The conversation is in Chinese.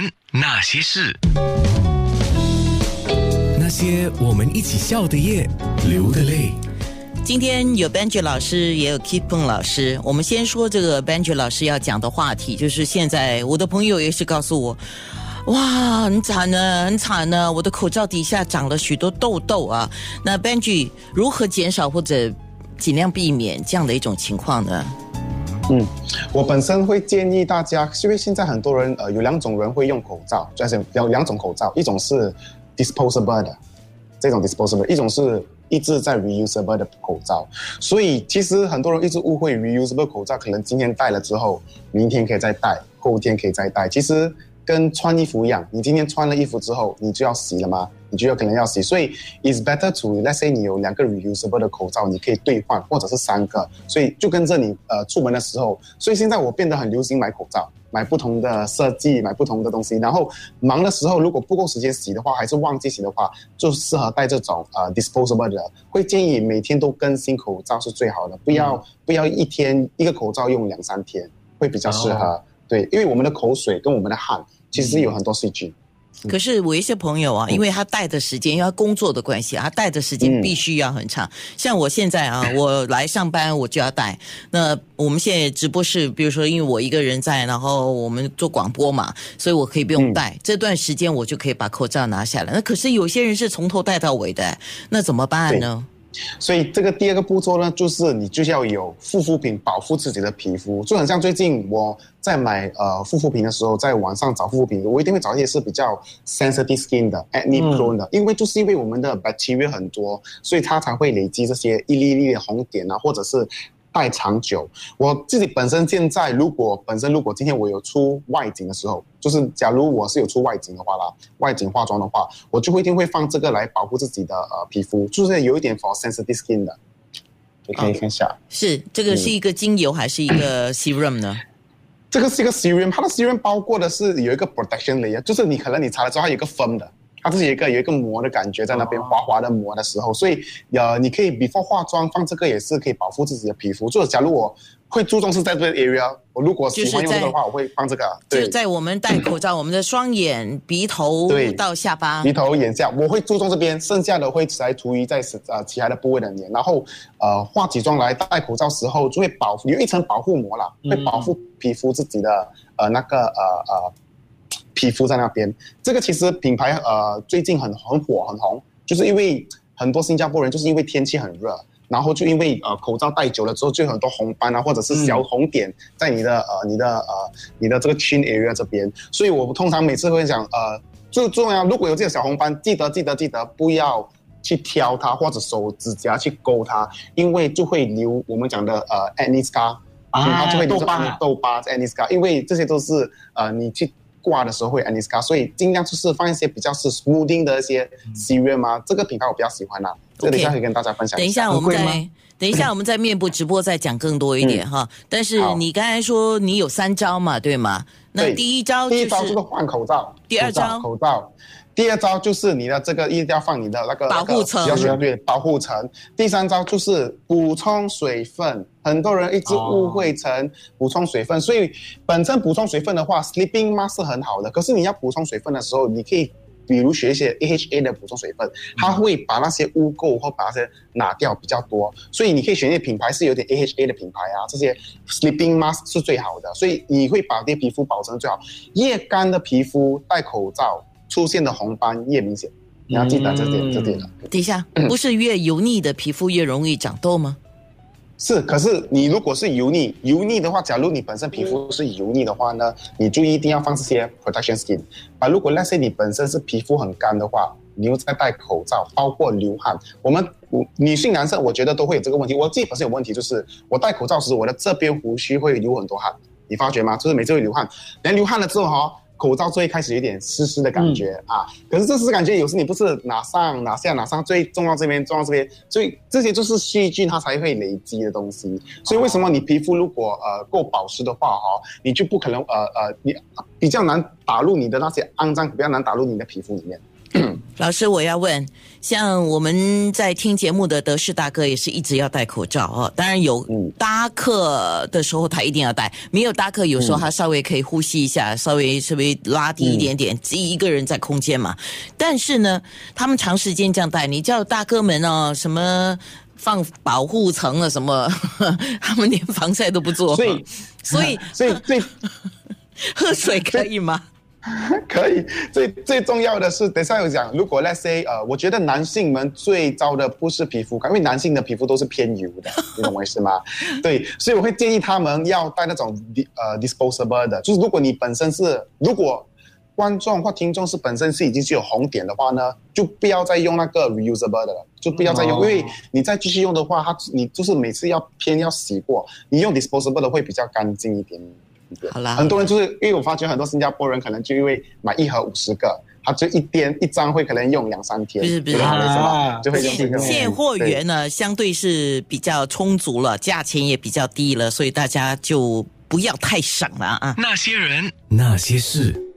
那些事， 那些我们一起笑的夜，流的泪。 今天有 Benji 老师，也有 Kipeng 老师。我们先说这个 Benji 老师要讲的话题，就是现在我的朋友也是告诉我，哇，很惨呢，很惨呢，我的口罩底下长了许多痘痘啊。那 Benji 如何减少或者尽量避免这样的一种情况呢？ 我本身会建议大家，因为现在很多人有两种人会用口罩，就是有两种口罩，一种是 disposable 的，这种 disposable， 一种是一直在 reusable 的口罩。所以其实很多人一直误会 reusable 口罩，可能今天戴了之后，明天可以再戴，后天可以再戴。其实跟穿衣服一样，你今天穿了衣服之后，你就要洗了吗？你就可能要洗，所以 it's better to let's say 你有2个 reusable 的口罩，你可以兑换，或者是3个，所以就跟着你出门的时候，所以现在我变得很流行买口罩，买不同的设计，买不同的东西，然后忙的时候如果不够时间洗的话，还是忘记洗的话，就适合戴这种disposable 的，会建议每天都更新口罩是最好的，不要一天一个口罩用2-3天，会比较适合。对，因为我们的口水跟我们的汗其实有很多细菌。 可是我一些朋友啊，因为他戴的时间，因为他工作的关系，他戴的时间必须要很长。像我现在啊，我来上班我就要戴。那我们现在直播室，比如说因为我一个人在，然后我们做广播嘛，所以我可以不用戴。这段时间我就可以把口罩拿下来。那可是有些人是从头戴到尾的，那怎么办呢？ 所以这个第2个步骤呢，就是你就要有护肤品保护自己的皮肤，就很像最近我在买护肤品的时候，在网上找护肤品，我一定会找一些是比较 sensitive skin 的 acne prone 的，因为就是因为我们的 bacteria 很多，所以它才会累积这些一粒一粒的红点啊，或者是戴长久。我自己本身现在如果今天我有出外景的时候，就是假如我是有出外景的话啦，外景化妆的话，我就一定会放这个来保护自己的皮肤，就是有一点 for sensitive skin 的，你可以看一下。 是这个是一个精油还是一个 serum 呢？ 这个是一个 serum， 它的 serum 包括的是有一个 protection layer， 就是你可能你擦了之后它有一个 foam 的，它是有一个膜的感觉在那边，滑滑的膜的时候，所以你可以 before 化妆放这个也是可以保护自己的皮肤。就是假如我会注重是在这个 area， 我如果喜欢用这个的话，我会放这个。对， 就在我们戴口罩，我们的双眼、鼻头到下巴， 鼻头、眼下，我会注重这边，剩下的会来涂于在其他的部位的脸。然后化起妆来戴口罩时候就会有一层保护膜啦，会保护皮肤自己的皮肤在那边。这个其实品牌最近很火很红，就是因为很多新加坡人就是因为天气很热，然后就因为口罩戴久了之后就有很多红斑啊，或者是小红点在你的这个 chin area 这边，所以我通常每次会讲最重要，如果有这个小红斑，记得不要去挑它或者手指甲去勾它，因为就会留我们讲的acne scar，它就会留痘疤 acne scar， 因为这些都是你去挂的时候会 acne scar， 所以尽量就是放一些比较是 smoothing 的一些 serum 啊，这个品牌我比较喜欢啦，这个等一下可以跟大家分享一下。 等一下我们在面部直播再讲更多一点哈。但是你刚才说你有3招嘛，对吗？那第一招就是换口罩，第2招口罩。第2招就是你的这个一定要放你的那个保护层， 对，保护层。第3招就是补充水分，很多人一直误会成补充水分，所以本身补充水分的话 ，sleeping mask 是很好的。可是你要补充水分的时候，你可以比如学一些 AHA 的补充水分，它会把那些污垢或把那些拿掉比较多，所以你可以选一些品牌是有点 AHA 的品牌啊，这些 sleeping mask 是最好的，所以你会把这些皮肤保存最好。越干的皮肤戴口罩出现的红斑越明显，你要记得这点了。 等一下，不是越油腻的皮肤越容易长痘吗？ 是，可是你如果是油腻的话，假如你本身皮肤是油腻的话呢，你就一定要放这些 protection skin。如果 let's say 你本身是皮肤很干的话，你又在戴口罩，包括流汗，我们女性男生我觉得都会有这个问题。我自己本身有问题，就是我戴口罩时，我的这边胡须会流很多汗，你发觉吗？就是每次会流汗，然后流汗了之后口罩就会开始有点湿湿的感觉可是这湿感觉有时你不是拿上拿下拿上，最重到这边重到这边，所以这些就是细菌它才会累积的东西。所以为什么你皮肤如果够保湿的话你就不可能你比较难打入你的那些肮脏，比较难打入你的皮肤里面。 老师，我要问，像我们在听节目的德士大哥也是一直要戴口罩哦。当然有搭客的时候他一定要戴，没有搭客有时候他稍微可以呼吸一下，稍微拉低一点点，自己一个人在空间嘛。但是呢，他们长时间这样戴，你叫大哥们哦，什么放保护层了什么，他们连防晒都不做，所以喝水可以吗？ 可以，最重要的是，等一下有讲，如果 let's say 我觉得男性们最糟的不是皮肤感，因为男性的皮肤都是偏油的，你懂我意思吗？对，所以我会建议他们要戴那种disposable 的，就是如果观众或听众本身是已经是有红点的话呢，就不要再用那个 reusable 的了，就不要再用，因为你再继续用的话，你就是每次要洗过，你用 disposable 的会比较干净一点。 好啦， 很多人就是因为我发觉很多新加坡人可能就因为买一盒50个，他就一张会可能用2-3天， 不是就会用这个。 现货源呢相对是比较充足了，价钱也比较低了，所以大家就不要太省了啊。 那些人，那些事。